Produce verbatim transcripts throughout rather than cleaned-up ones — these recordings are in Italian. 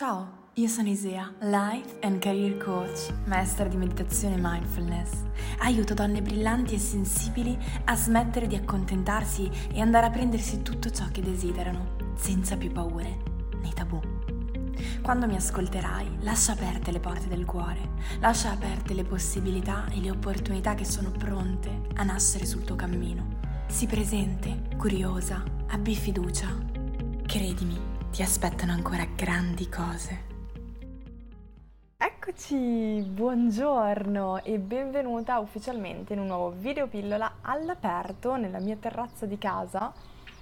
Ciao, io sono Isea, Life and Career Coach, maestra di meditazione e mindfulness. Aiuto donne brillanti e sensibili a smettere di accontentarsi e andare a prendersi tutto ciò che desiderano, senza più paure né tabù. Quando mi ascolterai, lascia aperte le porte del cuore, lascia aperte le possibilità e le opportunità che sono pronte a nascere sul tuo cammino. Sii presente, curiosa, abbi fiducia. Credimi, ti aspettano ancora grandi cose. Eccoci, buongiorno e benvenuta ufficialmente in un nuovo video pillola all'aperto nella mia terrazza di casa.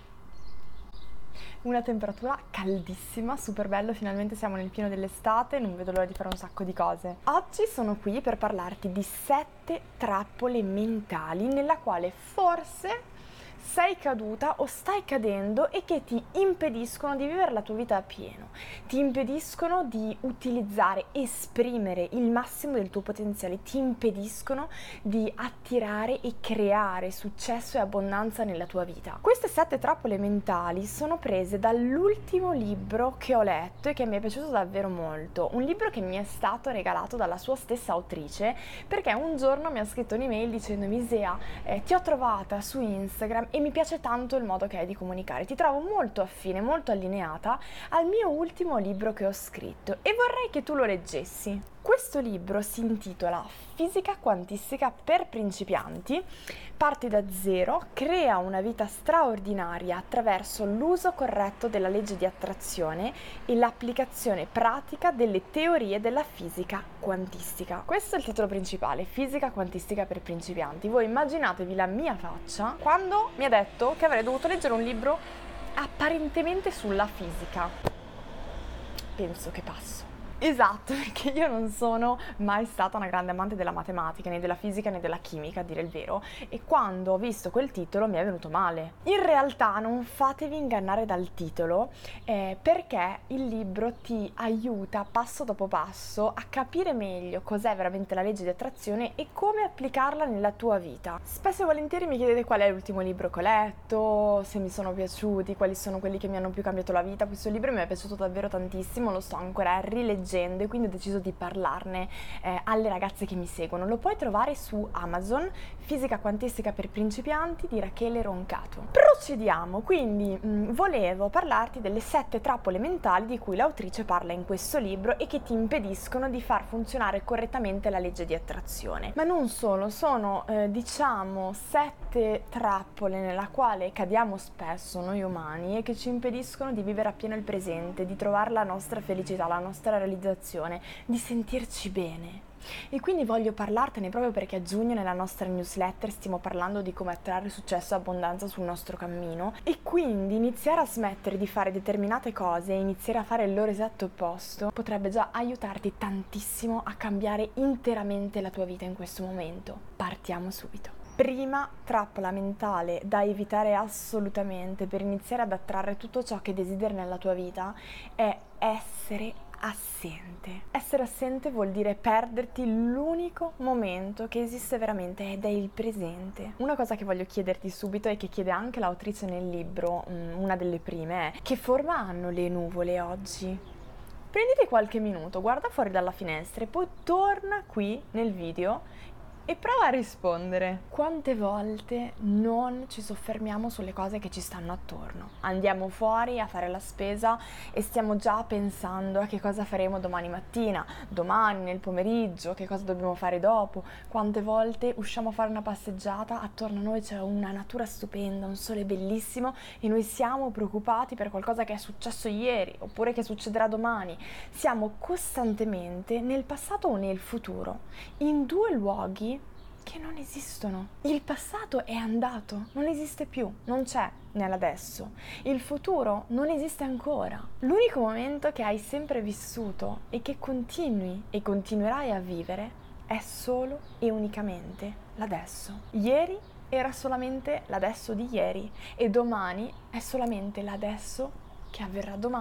Una temperatura caldissima, super bello, finalmente siamo nel pieno dell'estate, non vedo l'ora di fare un sacco di cose. Oggi sono qui per parlarti di sette trappole mentali nella quale forse sei caduta o stai cadendo e che ti impediscono di vivere la tua vita a pieno, ti impediscono di utilizzare, esprimere il massimo del tuo potenziale, ti impediscono di attirare e creare successo e abbondanza nella tua vita. Queste sette trappole mentali sono prese dall'ultimo libro che ho letto e che mi è piaciuto davvero molto, un libro che mi è stato regalato dalla sua stessa autrice, perché un giorno mi ha scritto un'email dicendomi: Isea, eh, ti ho trovata su Instagram e mi piace tanto il modo che hai di comunicare, ti trovo molto affine, molto allineata al mio ultimo libro che ho scritto e vorrei che tu lo leggessi. Questo libro si intitola Fisica quantistica per principianti, parti da zero, crea una vita straordinaria attraverso l'uso corretto della legge di attrazione e l'applicazione pratica delle teorie della fisica quantistica. Questo è il titolo principale, Fisica quantistica per principianti. Voi immaginatevi la mia faccia quando mi ha detto che avrei dovuto leggere un libro apparentemente sulla fisica. Penso che passo. Esatto, perché io non sono mai stata una grande amante della matematica, né della fisica né della chimica, a dire il vero, e quando ho visto quel titolo mi è venuto male. In realtà non fatevi ingannare dal titolo, eh, perché il libro ti aiuta passo dopo passo a capire meglio cos'è veramente la legge di attrazione e come applicarla nella tua vita. Spesso e volentieri mi chiedete qual è l'ultimo libro che ho letto, se mi sono piaciuti, quali sono quelli che mi hanno più cambiato la vita. Questo libro mi è piaciuto davvero tantissimo, lo sto ancora rileggendo e quindi ho deciso di parlarne eh, alle ragazze che mi seguono. Lo puoi trovare su Amazon, Fisica quantistica per principianti di Rachele Roncato. Procediamo, quindi mh, volevo parlarti delle sette trappole mentali di cui l'autrice parla in questo libro e che ti impediscono di far funzionare correttamente la legge di attrazione. Ma non solo, sono eh, diciamo sette trappole nella quale cadiamo spesso noi umani e che ci impediscono di vivere appieno il presente, di trovare la nostra felicità, la nostra realizzazione, di sentirci bene. E quindi voglio parlartene proprio perché a giugno nella nostra newsletter stiamo parlando di come attrarre successo e abbondanza sul nostro cammino, e quindi iniziare a smettere di fare determinate cose e iniziare a fare il loro esatto opposto potrebbe già aiutarti tantissimo a cambiare interamente la tua vita in questo momento. Partiamo subito. Prima trappola mentale da evitare assolutamente per iniziare ad attrarre tutto ciò che desideri nella tua vita è essere assente. Essere assente vuol dire perderti l'unico momento che esiste veramente ed è il presente. Una cosa che voglio chiederti subito e che chiede anche l'autrice nel libro, una delle prime, è: che forma hanno le nuvole oggi? Prenditi qualche minuto, guarda fuori dalla finestra e poi torna qui nel video e prova a rispondere. Quante volte non ci soffermiamo sulle cose che ci stanno attorno? Andiamo fuori a fare la spesa e stiamo già pensando a che cosa faremo domani mattina, domani nel pomeriggio, che cosa dobbiamo fare dopo. Quante volte usciamo a fare una passeggiata, attorno a noi c'è una natura stupenda, un sole bellissimo e noi siamo preoccupati per qualcosa che è successo ieri oppure che succederà domani. Siamo costantemente nel passato o nel futuro, in due luoghi che non esistono. Il passato è andato, non esiste più, non c'è nell'adesso. Il futuro non esiste ancora. L'unico momento che hai sempre vissuto e che continui e continuerai a vivere è solo e unicamente l'adesso. Ieri era solamente l'adesso di ieri e domani è solamente l'adesso che avverrà domani.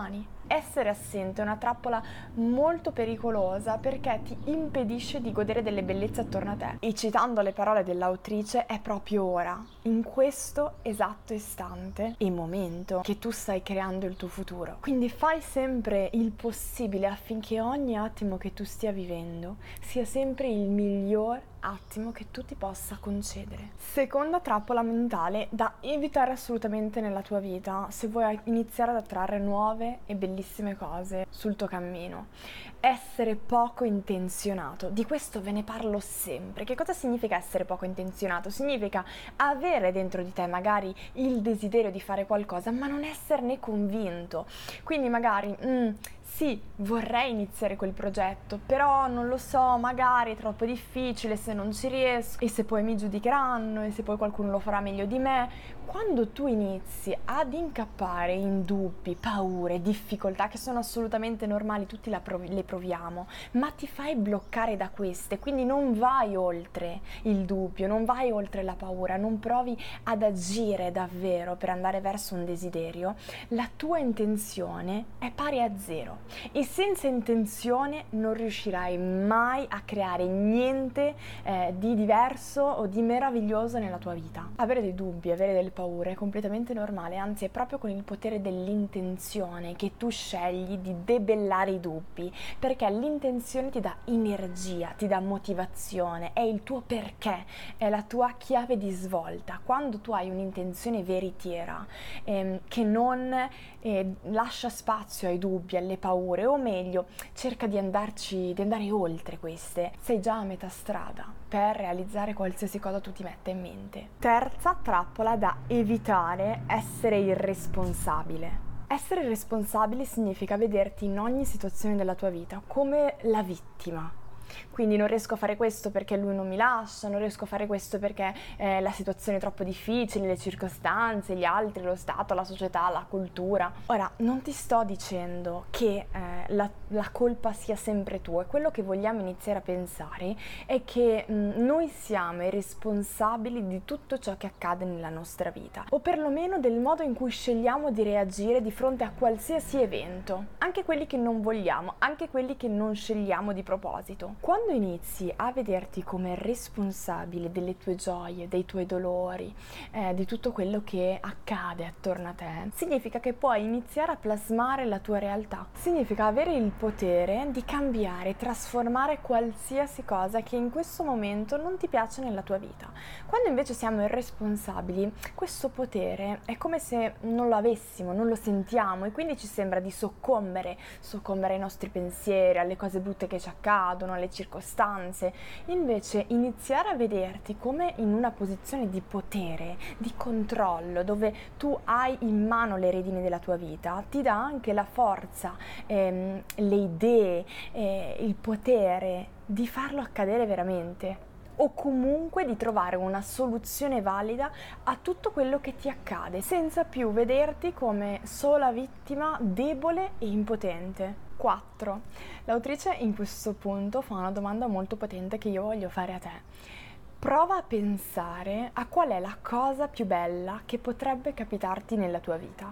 Essere assente è una trappola molto pericolosa perché ti impedisce di godere delle bellezze attorno a te. E citando le parole dell'autrice, è proprio ora, in questo esatto istante e momento, che tu stai creando il tuo futuro. Quindi fai sempre il possibile affinché ogni attimo che tu stia vivendo sia sempre il miglior attimo che tu ti possa concedere. Seconda trappola mentale da evitare assolutamente nella tua vita se vuoi iniziare ad attrarre nuove e bellissime cose sul tuo cammino: essere poco intenzionato. Di questo ve ne parlo sempre. Che cosa significa essere poco intenzionato? Significa avere dentro di te magari il desiderio di fare qualcosa ma non esserne convinto. Quindi magari mm, sì, vorrei iniziare quel progetto, però non lo so, magari è troppo difficile, se non ci riesco, e se poi mi giudicheranno, e se poi qualcuno lo farà meglio di me. Quando tu inizi ad incappare in dubbi, paure, difficoltà, che sono assolutamente normali, tutti la provi- le proviamo, ma ti fai bloccare da queste, quindi non vai oltre il dubbio, non vai oltre la paura, non provi ad agire davvero per andare verso un desiderio, la tua intenzione è pari a zero. E senza intenzione non riuscirai mai a creare niente eh, di diverso o di meraviglioso nella tua vita. Avere dei dubbi, avere delle paure è completamente normale, anzi è proprio con il potere dell'intenzione che tu scegli di debellare i dubbi, perché l'intenzione ti dà energia, ti dà motivazione, è il tuo perché, è la tua chiave di svolta. Quando tu hai un'intenzione veritiera ehm, che non eh, lascia spazio ai dubbi, alle paure, o meglio cerca di andarci, di andare oltre queste, sei già a metà strada per realizzare qualsiasi cosa tu ti metta in mente. Terza trappola da evitare: essere irresponsabile. Essere responsabile significa vederti in ogni situazione della tua vita come la vittima. Quindi non riesco a fare questo perché lui non mi lascia, non riesco a fare questo perché eh, la situazione è troppo difficile, le circostanze, gli altri, lo Stato, la società, la cultura. Ora, non ti sto dicendo che eh, la, la colpa sia sempre tua, e quello che vogliamo iniziare a pensare è che mh, noi siamo i responsabili di tutto ciò che accade nella nostra vita, o perlomeno del modo in cui scegliamo di reagire di fronte a qualsiasi evento, anche quelli che non vogliamo, anche quelli che non scegliamo di proposito. Quando inizi a vederti come responsabile delle tue gioie, dei tuoi dolori, eh, di tutto quello che accade attorno a te, significa che puoi iniziare a plasmare la tua realtà. Significa avere il potere di cambiare, trasformare qualsiasi cosa che in questo momento non ti piace nella tua vita. Quando invece siamo irresponsabili, questo potere è come se non lo avessimo, non lo sentiamo, e quindi ci sembra di soccombere, soccombere ai nostri pensieri, alle cose brutte che ci accadono, alle circostanze. Invece iniziare a vederti come in una posizione di potere, di controllo, dove tu hai in mano le redini della tua vita, ti dà anche la forza, ehm, le idee, eh, il potere di farlo accadere veramente, o comunque di trovare una soluzione valida a tutto quello che ti accade, senza più vederti come sola vittima, debole e impotente. quattro. L'autrice in questo punto fa una domanda molto potente che io voglio fare a te. Prova a pensare a qual è la cosa più bella che potrebbe capitarti nella tua vita.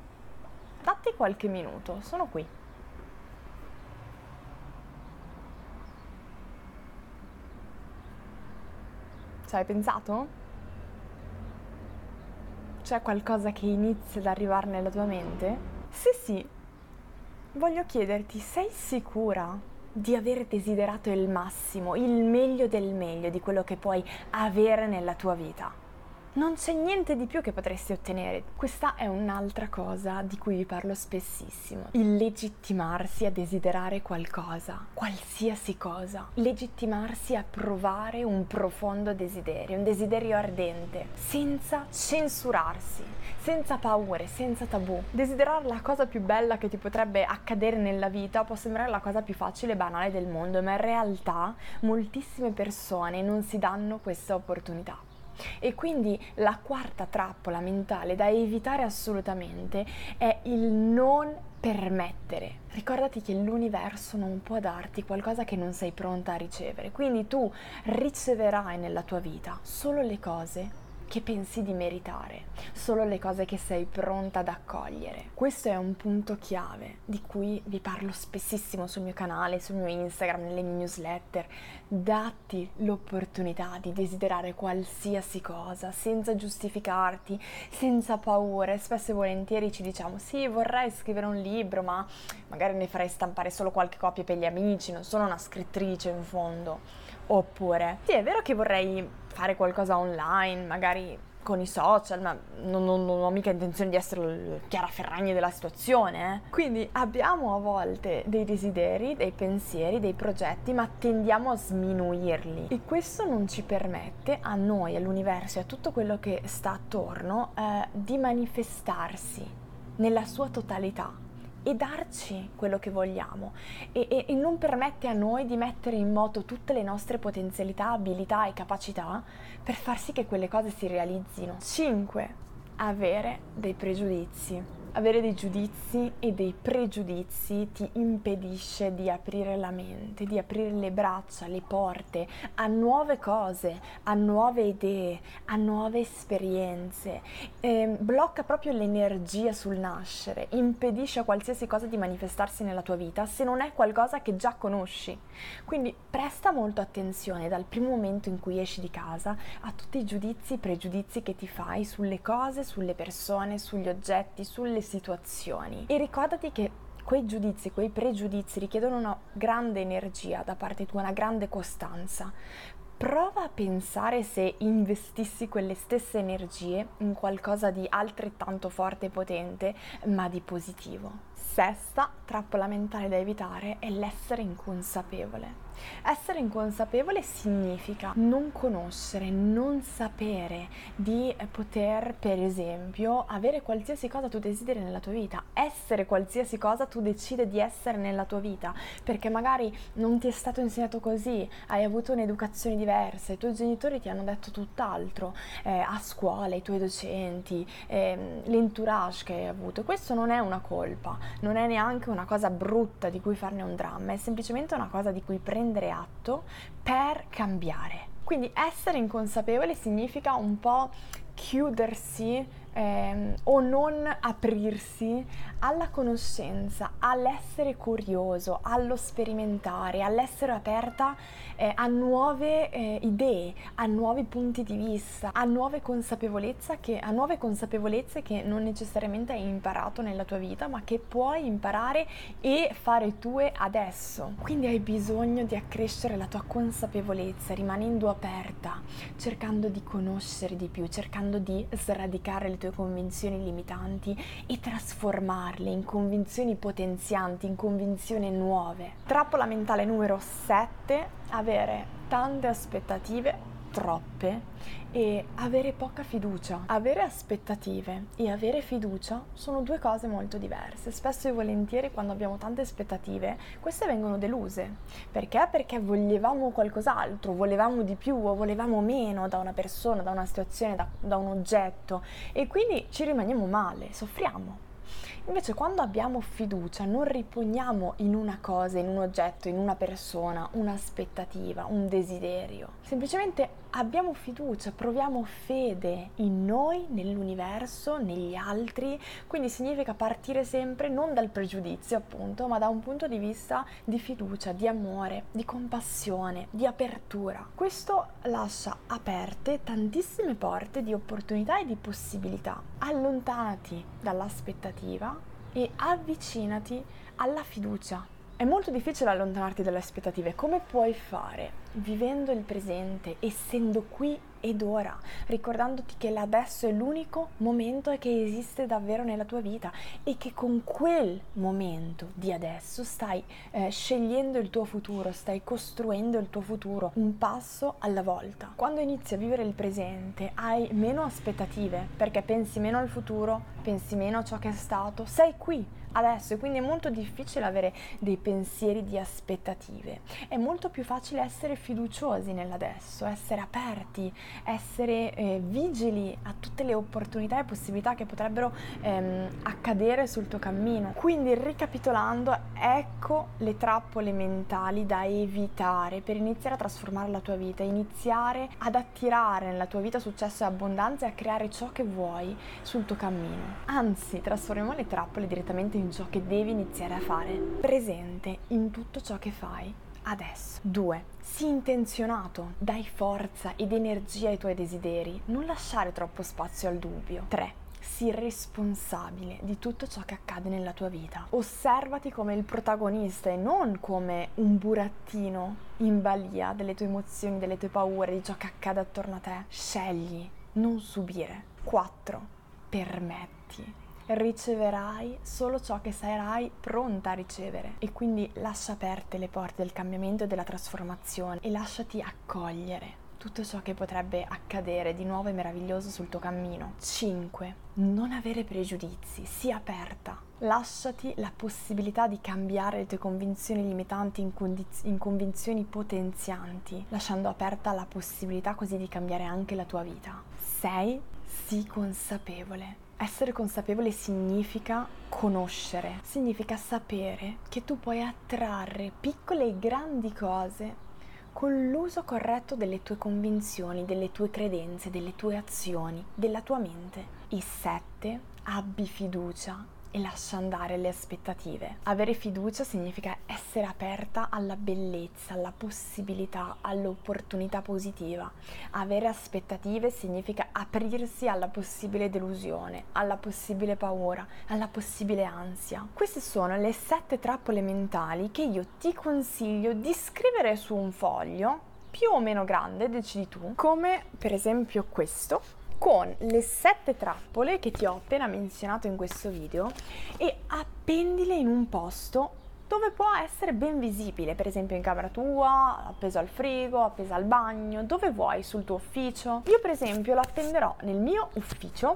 Datti qualche minuto, sono qui. Ci hai pensato? C'è qualcosa che inizia ad arrivare nella tua mente? Se sì, voglio chiederti, sei sicura di aver desiderato il massimo, il meglio del meglio di quello che puoi avere nella tua vita? Non c'è niente di più che potresti ottenere. Questa è un'altra cosa di cui vi parlo spessissimo. Il legittimarsi a desiderare qualcosa, qualsiasi cosa. Legittimarsi a provare un profondo desiderio, un desiderio ardente, senza censurarsi, senza paure, senza tabù. Desiderare la cosa più bella che ti potrebbe accadere nella vita può sembrare la cosa più facile e banale del mondo, ma in realtà moltissime persone non si danno questa opportunità. E quindi la quarta trappola mentale da evitare assolutamente è il non permettere. Ricordati che l'universo non può darti qualcosa che non sei pronta a ricevere, quindi tu riceverai nella tua vita solo le cose che pensi di meritare, solo le cose che sei pronta ad accogliere. Questo è un punto chiave di cui vi parlo spessissimo sul mio canale, sul mio Instagram, nelle mie newsletter. Datti l'opportunità di desiderare qualsiasi cosa senza giustificarti, senza paure. Spesso e volentieri ci diciamo sì, vorrei scrivere un libro, ma magari ne farei stampare solo qualche copia per gli amici, non sono una scrittrice in fondo. Oppure sì, è vero che vorrei fare qualcosa online, magari con i social, ma non, non, non ho mica intenzione di essere il Chiara Ferragni della situazione, eh? Quindi abbiamo a volte dei desideri, dei pensieri, dei progetti, ma tendiamo a sminuirli, e questo non ci permette a noi, all'universo e a tutto quello che sta attorno eh, di manifestarsi nella sua totalità e darci quello che vogliamo, e, e, e non permette a noi di mettere in moto tutte le nostre potenzialità, abilità e capacità per far sì che quelle cose si realizzino. cinque. Avere dei pregiudizi. Avere dei giudizi e dei pregiudizi ti impedisce di aprire la mente, di aprire le braccia, le porte a nuove cose, a nuove idee, a nuove esperienze. Eh, blocca proprio l'energia sul nascere, impedisce a qualsiasi cosa di manifestarsi nella tua vita se non è qualcosa che già conosci. Quindi presta molto attenzione dal primo momento in cui esci di casa a tutti i giudizi e pregiudizi che ti fai sulle cose, sulle persone, sugli oggetti, sulle situazioni, e ricordati che quei giudizi, quei pregiudizi richiedono una grande energia da parte tua, una grande costanza. Prova a pensare se investissi quelle stesse energie in qualcosa di altrettanto forte e potente, ma di positivo. Sesta trappola mentale da evitare è l'essere inconsapevole. Essere inconsapevole significa non conoscere, non sapere di poter, per esempio, avere qualsiasi cosa tu desideri nella tua vita, essere qualsiasi cosa tu decidi di essere nella tua vita, perché magari non ti è stato insegnato così, hai avuto un'educazione diversa, i tuoi genitori ti hanno detto tutt'altro, eh, a scuola, i tuoi docenti, eh, l'entourage che hai avuto. Questo non è una colpa, non è neanche una cosa brutta di cui farne un dramma, è semplicemente una cosa di cui prendere atto per cambiare. Quindi essere inconsapevole significa un po' chiudersi ehm, o non aprirsi alla conoscenza, all'essere curioso, allo sperimentare, all'essere aperta eh, a nuove eh, idee, a nuovi punti di vista, a nuove consapevolezze che, a nuove consapevolezze che non necessariamente hai imparato nella tua vita, ma che puoi imparare e fare tue adesso. Quindi hai bisogno di accrescere la tua consapevolezza, rimanendo aperta, cercando di conoscere di più, cercando di sradicare le tue convinzioni limitanti e trasformarle in convinzioni potenzianti, in convinzioni nuove. Trappola mentale numero sette: avere tante aspettative, troppe, e avere poca fiducia. Avere aspettative e avere fiducia sono due cose molto diverse. Spesso e volentieri quando abbiamo tante aspettative, queste vengono deluse. Perché? Perché volevamo qualcos'altro, volevamo di più o volevamo meno da una persona, da una situazione, da, da un oggetto, e quindi ci rimaniamo male, soffriamo. Invece quando abbiamo fiducia non riponiamo in una cosa, in un oggetto, in una persona, un'aspettativa, un desiderio. Semplicemente abbiamo fiducia, proviamo fede in noi, nell'universo, negli altri. Quindi significa partire sempre non dal pregiudizio, appunto, ma da un punto di vista di fiducia, di amore, di compassione, di apertura. Questo lascia aperte tantissime porte di opportunità e di possibilità. Allontanati dall'aspettativa e avvicinati alla fiducia. È molto difficile allontanarti dalle aspettative. Come puoi fare? Vivendo il presente, essendo qui ed ora, ricordandoti che l'adesso è l'unico momento che esiste davvero nella tua vita e che con quel momento di adesso stai eh, scegliendo il tuo futuro, stai costruendo il tuo futuro un passo alla volta. Quando inizi a vivere il presente hai meno aspettative perché pensi meno al futuro, pensi meno a ciò che è stato, sei qui adesso, e quindi è molto difficile avere dei pensieri di aspettative. È molto più facile essere fiduciosi nell'adesso, essere aperti, essere eh, vigili a tutte le opportunità e possibilità che potrebbero ehm, accadere sul tuo cammino. Quindi, ricapitolando, ecco le trappole mentali da evitare per iniziare a trasformare la tua vita, iniziare ad attirare nella tua vita successo e abbondanza e a creare ciò che vuoi sul tuo cammino. Anzi, trasformiamo le trappole direttamente in ciò che devi iniziare a fare, presente in tutto ciò che fai adesso. due. Sii intenzionato, dai forza ed energia ai tuoi desideri, non lasciare troppo spazio al dubbio. tre. Sii responsabile di tutto ciò che accade nella tua vita. Osservati come il protagonista e non come un burattino in balia delle tue emozioni, delle tue paure, di ciò che accade attorno a te. Scegli, non subire. quattro. Permetti. Riceverai solo ciò che sarai pronta a ricevere e quindi lascia aperte le porte del cambiamento e della trasformazione e lasciati accogliere tutto ciò che potrebbe accadere di nuovo e meraviglioso sul tuo cammino. cinque. Non avere pregiudizi, sii aperta. Lasciati la possibilità di cambiare le tue convinzioni limitanti in, condiz- in convinzioni potenzianti, lasciando aperta la possibilità così di cambiare anche la tua vita. sei. Sii consapevole. Essere consapevole significa conoscere, significa sapere che tu puoi attrarre piccole e grandi cose con l'uso corretto delle tue convinzioni, delle tue credenze, delle tue azioni, della tua mente. E sette. Abbi fiducia e lascia andare le aspettative. Avere fiducia significa essere aperta alla bellezza, alla possibilità, all'opportunità positiva. Avere aspettative significa aprirsi alla possibile delusione, alla possibile paura, alla possibile ansia. Queste sono le sette trappole mentali che io ti consiglio di scrivere su un foglio, più o meno grande, decidi tu, come per esempio questo, con le sette trappole che ti ho appena menzionato in questo video, e appendile in un posto dove può essere ben visibile, per esempio in camera tua, appeso al frigo, appeso al bagno, dove vuoi, sul tuo ufficio. Io per esempio lo appenderò nel mio ufficio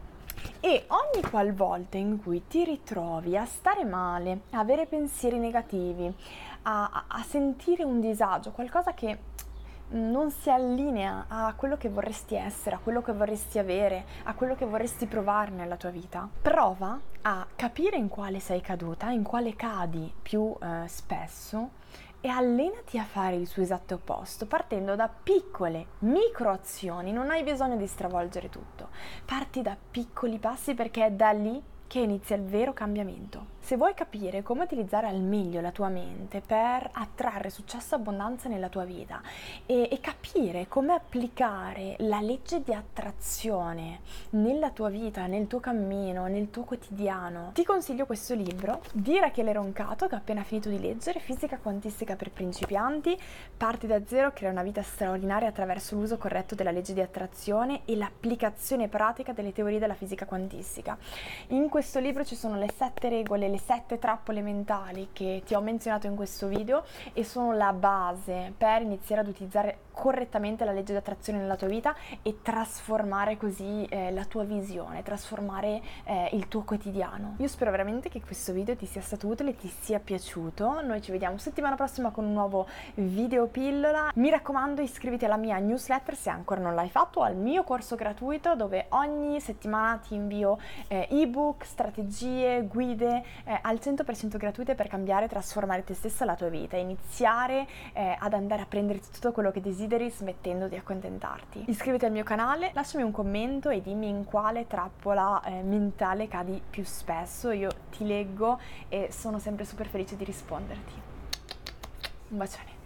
e ogni qualvolta in cui ti ritrovi a stare male, a avere pensieri negativi, a, a, a sentire un disagio, qualcosa che non si allinea a quello che vorresti essere, a quello che vorresti avere, a quello che vorresti provare nella tua vita, prova a capire in quale sei caduta, in quale cadi più eh, spesso, e allenati a fare il suo esatto opposto, partendo da piccole micro azioni. Non hai bisogno di stravolgere tutto, parti da piccoli passi, perché è da lì che inizia il vero cambiamento. Se vuoi capire come utilizzare al meglio la tua mente per attrarre successo e abbondanza nella tua vita e, e capire come applicare la legge di attrazione nella tua vita, nel tuo cammino, nel tuo quotidiano, ti consiglio questo libro di Rachele Roncato, che ho appena finito di leggere, Fisica quantistica per principianti. Parti da zero, crea una vita straordinaria attraverso l'uso corretto della legge di attrazione e l'applicazione pratica delle teorie della fisica quantistica. In questo libro ci sono le sette regole, le sette trappole mentali che ti ho menzionato in questo video, e sono la base per iniziare ad utilizzare correttamente la legge di attrazione nella tua vita e trasformare così eh, la tua visione, trasformare eh, il tuo quotidiano. Io spero veramente che questo video ti sia stato utile, ti sia piaciuto. Noi ci vediamo settimana prossima con un nuovo video pillola. Mi raccomando, iscriviti alla mia newsletter se ancora non l'hai fatto, al mio corso gratuito dove ogni settimana ti invio eh, ebook, strategie, guide eh, al cento per cento gratuite per cambiare e trasformare te stessa e la tua vita, iniziare eh, ad andare a prenderti tutto quello che desideri smettendo di accontentarti. Iscriviti al mio canale, lasciami un commento e dimmi in quale trappola eh, mentale cadi più spesso. Io ti leggo e sono sempre super felice di risponderti. Un bacione.